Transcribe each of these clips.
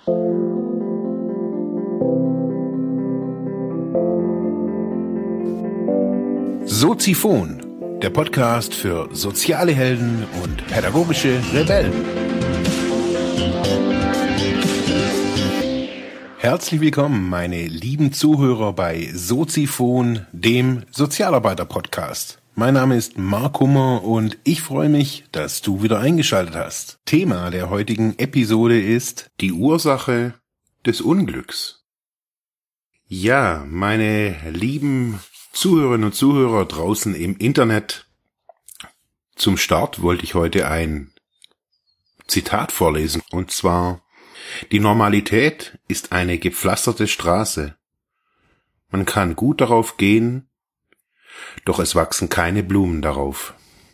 Soziphon, der Podcast für soziale Helden und pädagogische Rebellen. Herzlich willkommen, meine lieben Zuhörer bei Soziphon, dem Sozialarbeiter-Podcast. Mein Name ist Mark Hummer und ich freue mich, dass du wieder eingeschaltet hast. Thema der heutigen Episode ist die Ursache des Unglücks. Ja, meine lieben Zuhörerinnen und Zuhörer draußen im Internet, zum Start wollte ich heute ein Zitat vorlesen, und zwar: Die Normalität ist eine gepflasterte Straße. Man kann gut darauf gehen, doch es wachsen keine Blumen darauf.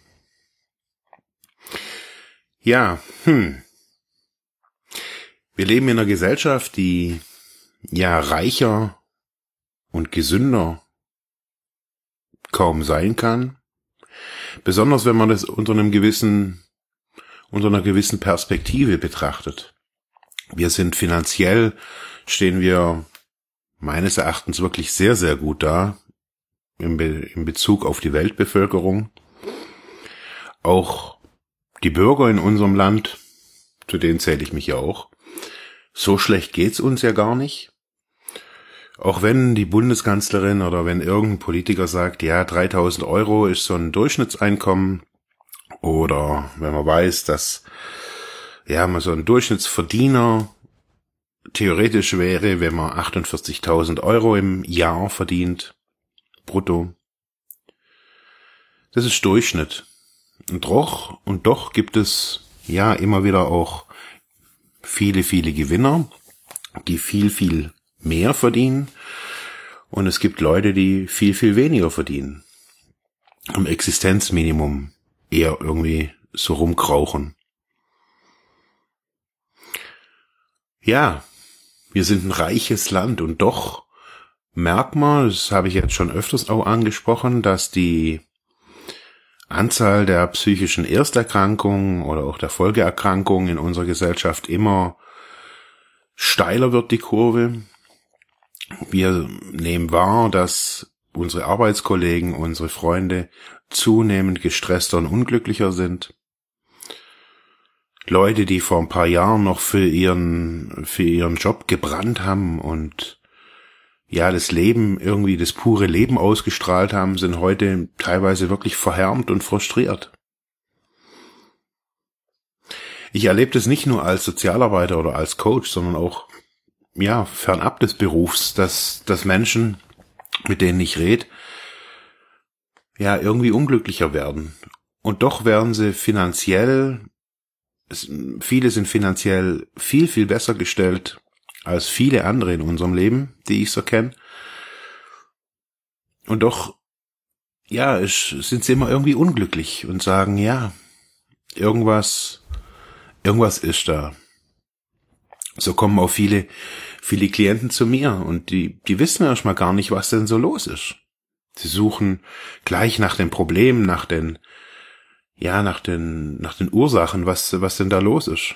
Ja, Wir leben in einer Gesellschaft, die reicher und gesünder kaum sein kann. Besonders wenn man das unter einer gewissen Perspektive betrachtet. Stehen wir meines Erachtens wirklich sehr, sehr gut da in Bezug auf die Weltbevölkerung. Auch die Bürger in unserem Land, zu denen zähle ich mich ja auch, so schlecht geht's uns ja gar nicht. Auch wenn die Bundeskanzlerin oder wenn irgendein Politiker sagt, ja, 3.000 Euro ist so ein Durchschnittseinkommen, oder wenn man weiß, dass man so ein Durchschnittsverdiener theoretisch wäre, wenn man 48.000 Euro im Jahr verdient, brutto. Das ist Durchschnitt. Und doch gibt es immer wieder auch viele, viele Gewinner, die viel, viel mehr verdienen, und es gibt Leute, die viel, viel weniger verdienen, am Existenzminimum eher irgendwie so rumkrauchen. Ja, wir sind ein reiches Land, und doch merkt man, das habe ich jetzt schon öfters auch angesprochen, dass die Anzahl der psychischen Ersterkrankungen oder auch der Folgeerkrankungen in unserer Gesellschaft immer steiler wird, die Kurve. Wir nehmen wahr, dass unsere Arbeitskollegen, unsere Freunde zunehmend gestresster und unglücklicher sind. Leute, die vor ein paar Jahren noch für ihren Job gebrannt haben und das Leben, irgendwie das pure Leben ausgestrahlt haben, sind heute teilweise wirklich verhärmt und frustriert. Ich erlebe das nicht nur als Sozialarbeiter oder als Coach, sondern auch fernab des Berufs, dass Menschen, mit denen ich rede, irgendwie unglücklicher werden. Und doch werden sie viele sind finanziell viel, viel besser gestellt als viele andere in unserem Leben, die ich so kenne. Und doch, sind sie immer irgendwie unglücklich und sagen, irgendwas ist da. So kommen auch viele Klienten zu mir, und die wissen erstmal gar nicht, was denn so los ist. Sie suchen gleich nach den Problemen, nach den Ursachen, was denn da los ist.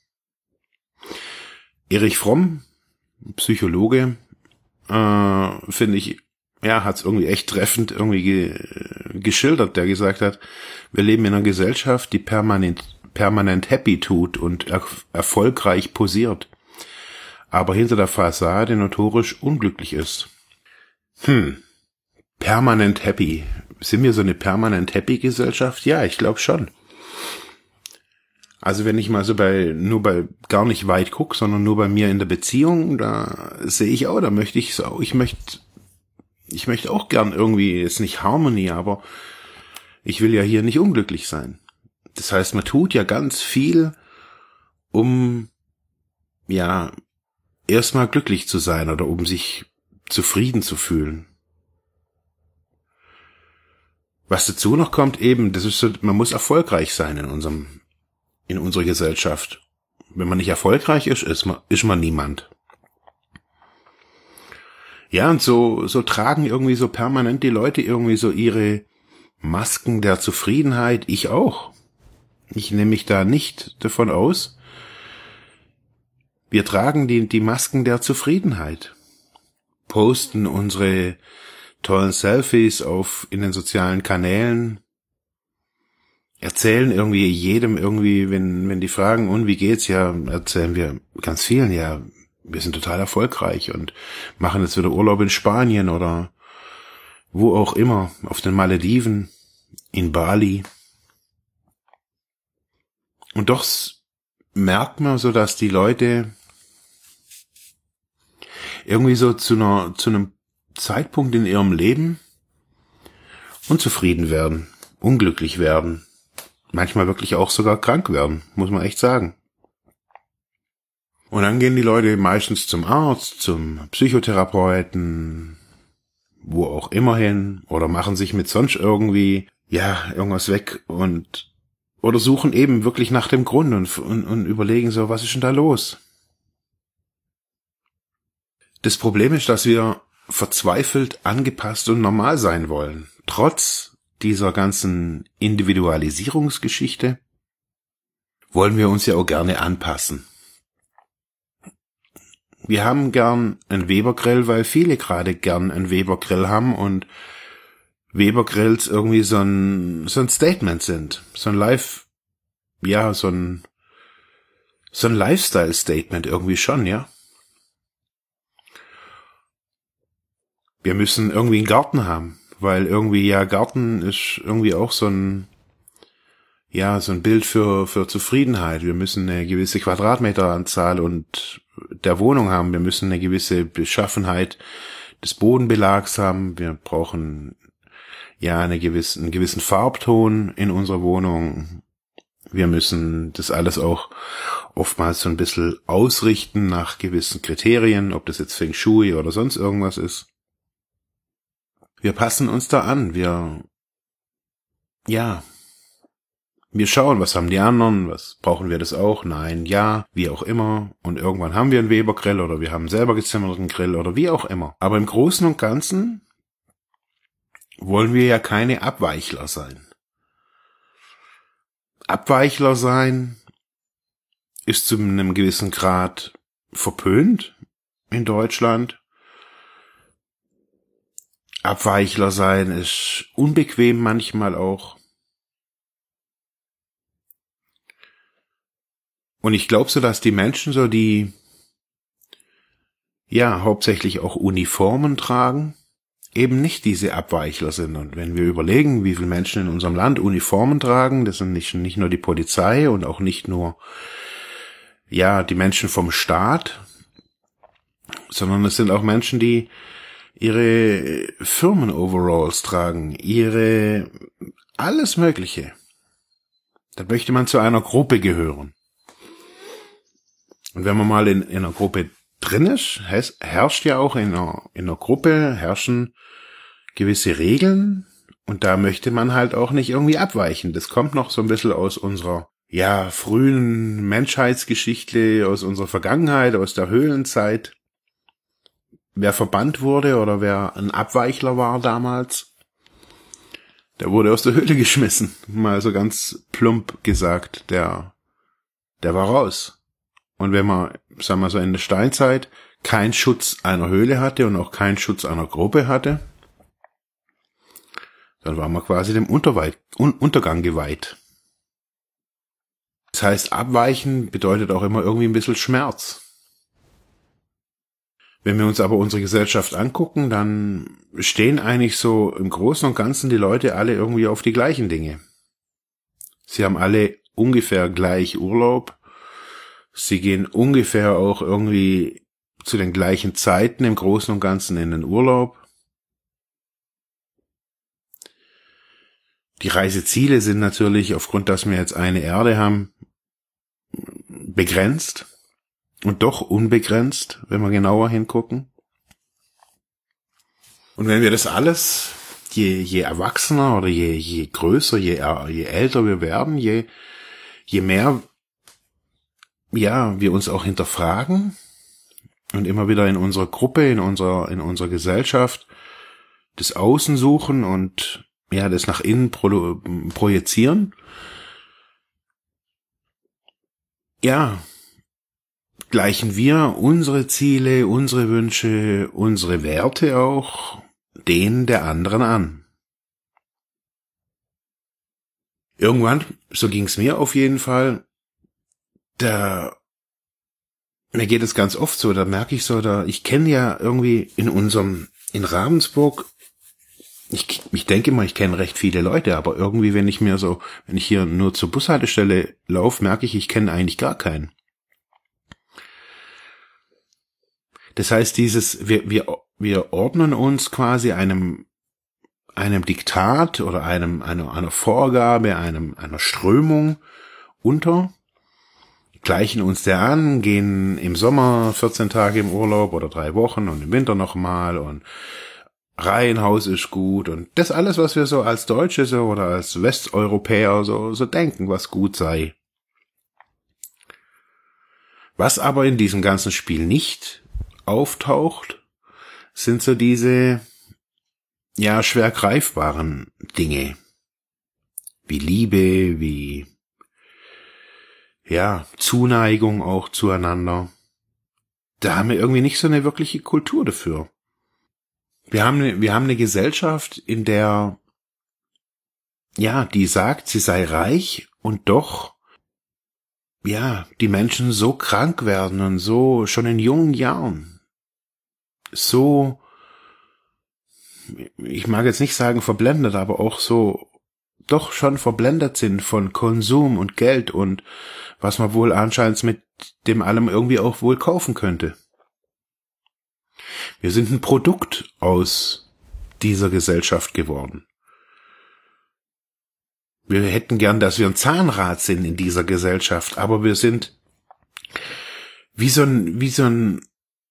Erich Fromm, Psychologe, finde ich, hat's irgendwie echt treffend irgendwie geschildert, der gesagt hat, wir leben in einer Gesellschaft, die permanent happy tut und erfolgreich posiert, aber hinter der Fassade notorisch unglücklich ist. Permanent happy. Sind wir so eine permanent happy Gesellschaft? Ja, ich glaube schon. Also wenn ich mal so gar nicht weit gucke, sondern nur bei mir in der Beziehung, da sehe ich auch, ich möchte auch gern irgendwie, ist nicht Harmonie, aber ich will ja hier nicht unglücklich sein. Das heißt, man tut ja ganz viel, um erstmal glücklich zu sein oder um sich zufrieden zu fühlen. Was dazu noch kommt eben, das ist so, man muss erfolgreich sein in unserer Gesellschaft. Wenn man nicht erfolgreich ist man niemand. Ja, und so tragen irgendwie so permanent die Leute irgendwie so ihre Masken der Zufriedenheit. Ich auch. Ich nehme mich da nicht davon aus. Wir tragen die Masken der Zufriedenheit, posten unsere tollen Selfies in den sozialen Kanälen, erzählen irgendwie jedem wenn die fragen, und wie geht's, ja, erzählen wir ganz vielen, ja, wir sind total erfolgreich und machen jetzt wieder Urlaub in Spanien oder wo auch immer, auf den Malediven, in Bali. Und doch merkt man so, dass die Leute irgendwie so zu einem Zeitpunkt in ihrem Leben unzufrieden werden, unglücklich werden, manchmal wirklich auch sogar krank werden, muss man echt sagen. Und dann gehen die Leute meistens zum Arzt, zum Psychotherapeuten, wo auch immer hin, oder machen sich mit sonst irgendwie, irgendwas weg oder suchen eben wirklich nach dem Grund und überlegen so, was ist denn da los? Das Problem ist, dass wir verzweifelt, angepasst und normal sein wollen. Trotz dieser ganzen Individualisierungsgeschichte wollen wir uns ja auch gerne anpassen. Wir haben gern einen Weber-Grill, weil viele gerade gern einen Weber-Grill haben und Weber-Grills irgendwie so ein Statement sind. So ein Lifestyle-Statement irgendwie schon, ja. Wir müssen irgendwie einen Garten haben, weil irgendwie, Garten ist irgendwie auch so ein Bild für Zufriedenheit. Wir müssen eine gewisse Quadratmeteranzahl und der Wohnung haben. Wir müssen eine gewisse Beschaffenheit des Bodenbelags haben. Wir brauchen einen gewissen Farbton in unserer Wohnung. Wir müssen das alles auch oftmals so ein bisschen ausrichten nach gewissen Kriterien, ob das jetzt Feng Shui oder sonst irgendwas ist. Wir passen uns da an. Wir schauen, was haben die anderen, was brauchen wir das auch? Nein, ja, wie auch immer. Und irgendwann haben wir einen Weber-Grill oder wir haben einen selber gezimmerten Grill oder wie auch immer. Aber im Großen und Ganzen wollen wir ja keine Abweichler sein. Abweichler sein ist zu einem gewissen Grad verpönt in Deutschland. Abweichler sein ist unbequem manchmal auch. Und ich glaube so, dass die Menschen so hauptsächlich auch Uniformen tragen, eben nicht diese Abweichler sind. Und wenn wir überlegen, wie viele Menschen in unserem Land Uniformen tragen, das sind nicht nur die Polizei und auch nicht nur die Menschen vom Staat, sondern es sind auch Menschen, die ihre Firmen-Overalls tragen, alles Mögliche. Dann möchte man zu einer Gruppe gehören. Und wenn man mal in einer Gruppe drin ist, herrscht ja auch in einer Gruppe herrschen gewisse Regeln und da möchte man halt auch nicht irgendwie abweichen. Das kommt noch so ein bisschen aus unserer frühen Menschheitsgeschichte, aus unserer Vergangenheit, aus der Höhlenzeit. Wer verbannt wurde oder wer ein Abweichler war damals, der wurde aus der Höhle geschmissen. Mal so ganz plump gesagt, der war raus. Und wenn man, sagen wir so in der Steinzeit, keinen Schutz einer Höhle hatte und auch keinen Schutz einer Gruppe hatte, dann war man quasi dem Untergang geweiht. Das heißt, abweichen bedeutet auch immer irgendwie ein bisschen Schmerz. Wenn wir uns aber unsere Gesellschaft angucken, dann stehen eigentlich so im Großen und Ganzen die Leute alle irgendwie auf die gleichen Dinge. Sie haben alle ungefähr gleich Urlaub. Sie gehen ungefähr auch irgendwie zu den gleichen Zeiten im Großen und Ganzen in den Urlaub. Die Reiseziele sind natürlich, aufgrund, dass wir jetzt eine Erde haben, begrenzt. Und doch unbegrenzt, wenn wir genauer hingucken. Und wenn wir das alles, je erwachsener oder je größer, je älter wir werden, je mehr wir uns auch hinterfragen und immer wieder in unserer Gruppe, in unserer Gesellschaft das Außen suchen und das nach innen projizieren, gleichen wir unsere Ziele, unsere Wünsche, unsere Werte auch denen der anderen an. Irgendwann, so ging's mir auf jeden Fall, mir geht es ganz oft so, da merke ich so, ich kenne ja irgendwie in Ravensburg, ich denke mal, ich kenne recht viele Leute, aber irgendwie, wenn ich hier nur zur Bushaltestelle laufe, merke ich kenne eigentlich gar keinen. Das heißt, wir ordnen uns quasi einem Diktat oder einer Vorgabe, einer Strömung unter, gleichen uns der an, gehen im Sommer 14 Tage im Urlaub oder 3 Wochen und im Winter nochmal und Reihenhaus ist gut und das alles, was wir so als Deutsche so oder als Westeuropäer so denken, was gut sei. Was aber in diesem ganzen Spiel nicht auftaucht, sind so diese, ja, schwer greifbaren Dinge. Wie Liebe, wie, ja, Zuneigung auch zueinander. Da haben wir irgendwie nicht so eine wirkliche Kultur dafür. Wir haben eine Gesellschaft, in der, ja, die sagt, sie sei reich und doch, ja, die Menschen so krank werden und so schon in jungen Jahren so, ich mag jetzt nicht sagen verblendet, aber auch so doch schon verblendet sind von Konsum und Geld und was man wohl anscheinend mit dem allem irgendwie auch wohl kaufen könnte. Wir sind ein Produkt aus dieser Gesellschaft geworden. Wir hätten gern, dass wir ein Zahnrad sind in dieser Gesellschaft, aber wir sind wie so ein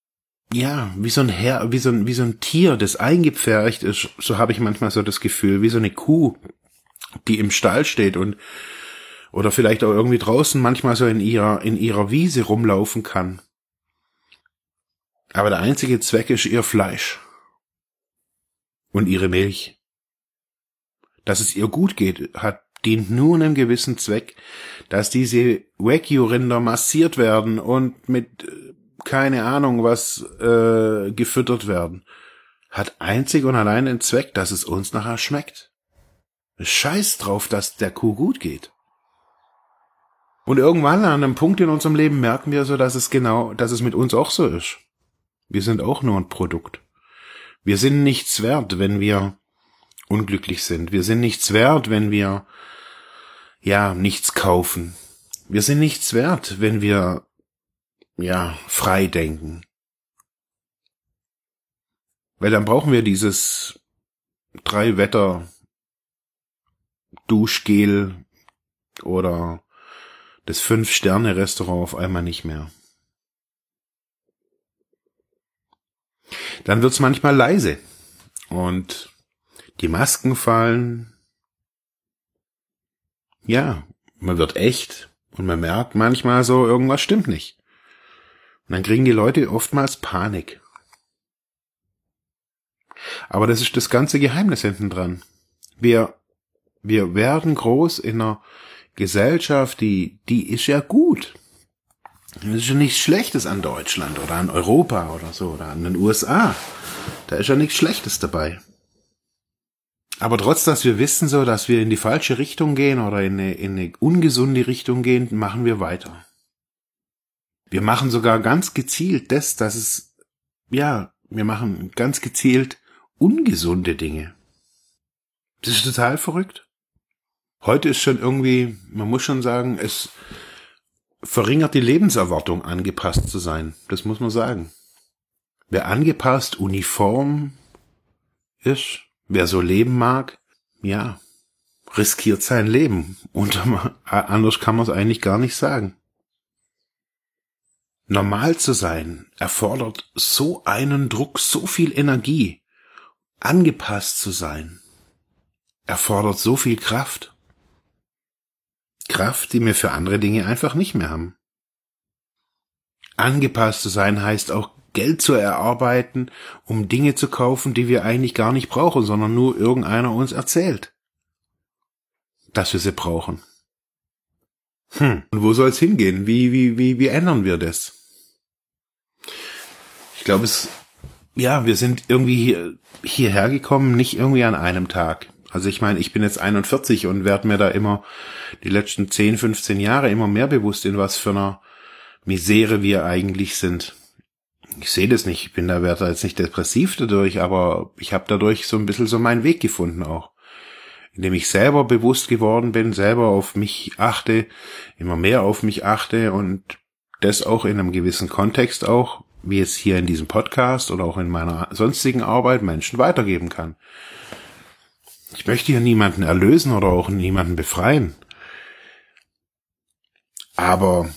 Tier, das eingepfercht ist, so habe ich manchmal so das Gefühl, wie so eine Kuh, die im Stall steht oder vielleicht auch irgendwie draußen manchmal so in ihrer Wiese rumlaufen kann. Aber der einzige Zweck ist ihr Fleisch und ihre Milch. Dass es ihr gut geht, dient nur einem gewissen Zweck, dass diese Wagyu-Rinder massiert werden und mit keine Ahnung was gefüttert werden. Hat einzig und allein den Zweck, dass es uns nachher schmeckt. Scheiß drauf, dass der Kuh gut geht. Und irgendwann an einem Punkt in unserem Leben merken wir so, dass es mit uns auch so ist. Wir sind auch nur ein Produkt. Wir sind nichts wert, wenn wir unglücklich sind. Wir sind nichts wert, wenn wir, ja, nichts kaufen. Wir sind nichts wert, wenn wir, ja, frei denken. Weil dann brauchen wir dieses 3-Wetter Duschgel oder das 5-Sterne-Restaurant auf einmal nicht mehr. Dann wird's manchmal leise und die Masken fallen. Ja, man wird echt und man merkt manchmal so, irgendwas stimmt nicht. Und dann kriegen die Leute oftmals Panik. Aber das ist das ganze Geheimnis hinten dran. Wir werden groß in einer Gesellschaft, die ist ja gut. Das ist ja nichts Schlechtes an Deutschland oder an Europa oder so oder an den USA. Da ist ja nichts Schlechtes dabei. Aber trotz, dass wir wissen so, dass wir in die falsche Richtung gehen oder in eine ungesunde Richtung gehen, machen wir weiter. Wir machen sogar ganz gezielt wir machen ganz gezielt ungesunde Dinge. Das ist total verrückt. Heute ist schon irgendwie, man muss schon sagen, es verringert die Lebenserwartung, angepasst zu sein. Das muss man sagen. Wer angepasst, uniform ist, wer so leben mag, ja, riskiert sein Leben. Und anders kann man es eigentlich gar nicht sagen. Normal zu sein erfordert so einen Druck, so viel Energie. Angepasst zu sein erfordert so viel Kraft. Kraft, die wir für andere Dinge einfach nicht mehr haben. Angepasst zu sein heißt auch Geld zu erarbeiten, um Dinge zu kaufen, die wir eigentlich gar nicht brauchen, sondern nur irgendeiner uns erzählt, dass wir sie brauchen. Und wo soll es hingehen? Wie ändern wir das? glaube, wir sind irgendwie hierher gekommen, nicht irgendwie an einem Tag. Also ich meine, ich bin jetzt 41 und werde mir da immer die letzten 10, 15 Jahre immer mehr bewusst, in was für einer Misere wir eigentlich sind. Ich sehe das nicht, werde da jetzt nicht depressiv dadurch, aber ich habe dadurch so ein bisschen so meinen Weg gefunden auch. Indem ich selber bewusst geworden bin, selber auf mich achte, immer mehr auf mich achte und das auch in einem gewissen Kontext auch, wie jetzt hier in diesem Podcast oder auch in meiner sonstigen Arbeit Menschen weitergeben kann. Ich möchte hier niemanden erlösen oder auch niemanden befreien. Aber,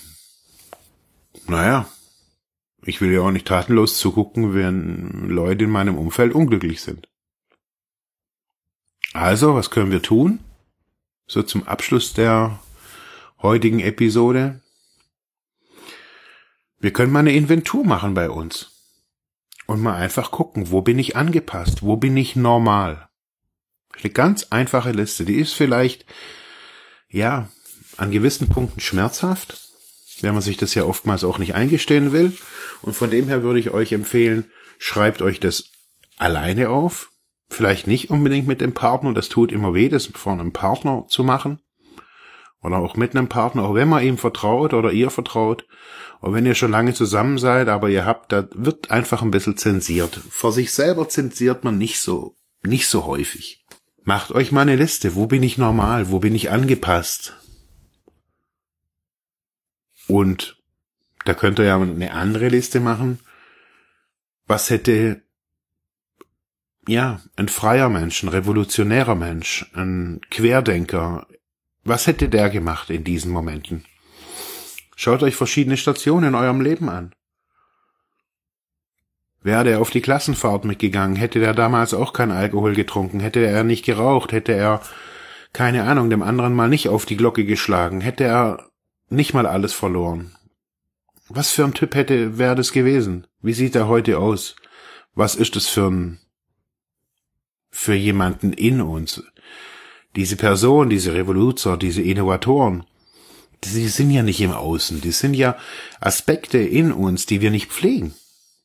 ich will ja auch nicht tatenlos zugucken, wenn Leute in meinem Umfeld unglücklich sind. Also, was können wir tun? So zum Abschluss der heutigen Episode. Wir können mal eine Inventur machen bei uns. Und mal einfach gucken, wo bin ich angepasst? Wo bin ich normal? Eine ganz einfache Liste. Die ist vielleicht, an gewissen Punkten schmerzhaft, wenn man sich das ja oftmals auch nicht eingestehen will. Und von dem her würde ich euch empfehlen, schreibt euch das alleine auf. Vielleicht nicht unbedingt mit dem Partner, das tut immer weh, das vor einem Partner zu machen. Oder auch mit einem Partner, auch wenn man ihm vertraut oder ihr vertraut. Und wenn ihr schon lange zusammen seid, aber da wird einfach ein bisschen zensiert. Vor sich selber zensiert man nicht so häufig. Macht euch mal eine Liste. Wo bin ich normal? Wo bin ich angepasst? Und da könnt ihr ja eine andere Liste machen. Was hätte ein freier Mensch, ein revolutionärer Mensch, ein Querdenker, was hätte der gemacht in diesen Momenten? Schaut euch verschiedene Stationen in eurem Leben an. Wäre der auf die Klassenfahrt mitgegangen, hätte der damals auch keinen Alkohol getrunken, hätte er nicht geraucht, hätte er, keine Ahnung, dem anderen mal nicht auf die Glocke geschlagen, hätte er nicht mal alles verloren. Was für ein Typ wäre das gewesen? Wie sieht er heute aus? Was ist das für jemanden in uns? Diese Person, diese Revoluzer, diese Innovatoren, die sind ja nicht im Außen, die sind ja Aspekte in uns, die wir nicht pflegen.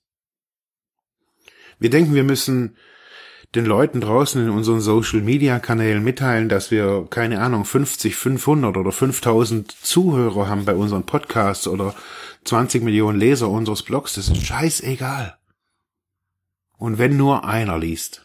Wir denken, wir müssen den Leuten draußen in unseren Social-Media-Kanälen mitteilen, dass wir, keine Ahnung, 50, 500 oder 5000 Zuhörer haben bei unseren Podcasts oder 20 Millionen Leser unseres Blogs. Das ist scheißegal. Und wenn nur einer liest.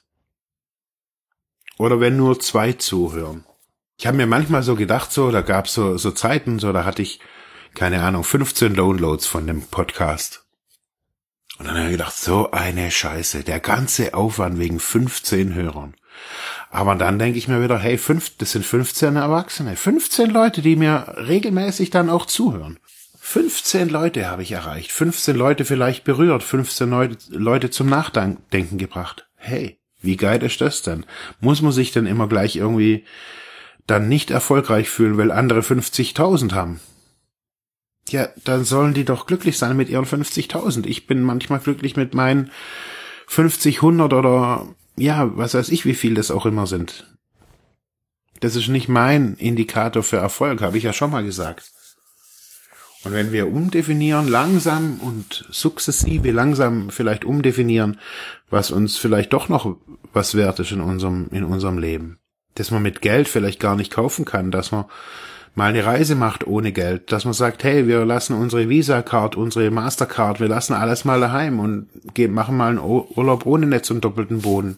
Oder wenn nur 2 zuhören. Ich habe mir manchmal so gedacht, da gab es so Zeiten, da hatte ich, keine Ahnung, 15 Downloads von dem Podcast. Und dann habe ich gedacht, so eine Scheiße, der ganze Aufwand wegen 15 Hörern. Aber dann denke ich mir wieder, hey, das sind 15 Erwachsene, 15 Leute, die mir regelmäßig dann auch zuhören. 15 Leute habe ich erreicht, 15 Leute vielleicht berührt, 15 Leute zum Nachdenken gebracht. Hey, wie geil ist das denn? Muss man sich denn immer gleich irgendwie dann nicht erfolgreich fühlen, weil andere 50.000 haben? Ja, dann sollen die doch glücklich sein mit ihren 50.000. Ich bin manchmal glücklich mit meinen 50, 100 oder was weiß ich, wie viel das auch immer sind. Das ist nicht mein Indikator für Erfolg, habe ich ja schon mal gesagt. Und wenn wir umdefinieren, langsam und sukzessive langsam vielleicht umdefinieren, was uns vielleicht doch noch was wert ist in unserem Leben. Dass man mit Geld vielleicht gar nicht kaufen kann, dass man mal eine Reise macht ohne Geld, dass man sagt, hey, wir lassen unsere Visa-Card, unsere Mastercard, wir lassen alles mal daheim und machen mal einen Urlaub ohne Netz und doppelten Boden.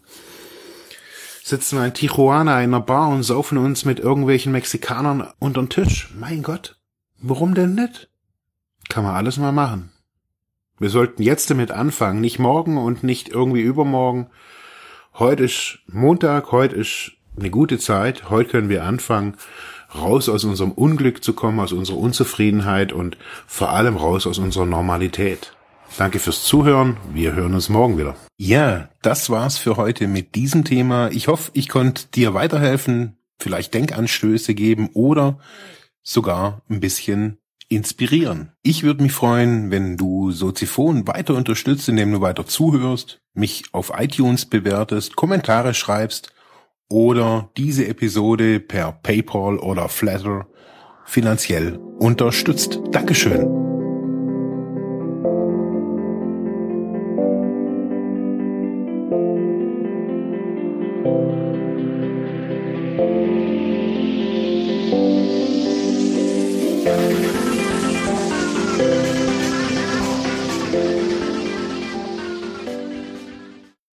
Sitzen wir in Tijuana in einer Bar und saufen uns mit irgendwelchen Mexikanern unter den Tisch. Mein Gott, warum denn nicht? Kann man alles mal machen. Wir sollten jetzt damit anfangen, nicht morgen und nicht irgendwie übermorgen. Heute ist Montag, heute ist eine gute Zeit, heute können wir anfangen, raus aus unserem Unglück zu kommen, aus unserer Unzufriedenheit und vor allem raus aus unserer Normalität. Danke fürs Zuhören, wir hören uns morgen wieder. Ja, das war's für heute mit diesem Thema. Ich hoffe, ich konnte dir weiterhelfen, vielleicht Denkanstöße geben oder sogar ein bisschen inspirieren. Ich würde mich freuen, wenn du Soziphon weiter unterstützt, indem du weiter zuhörst, mich auf iTunes bewertest, Kommentare schreibst oder diese Episode per PayPal oder Flattr finanziell unterstützt. Dankeschön.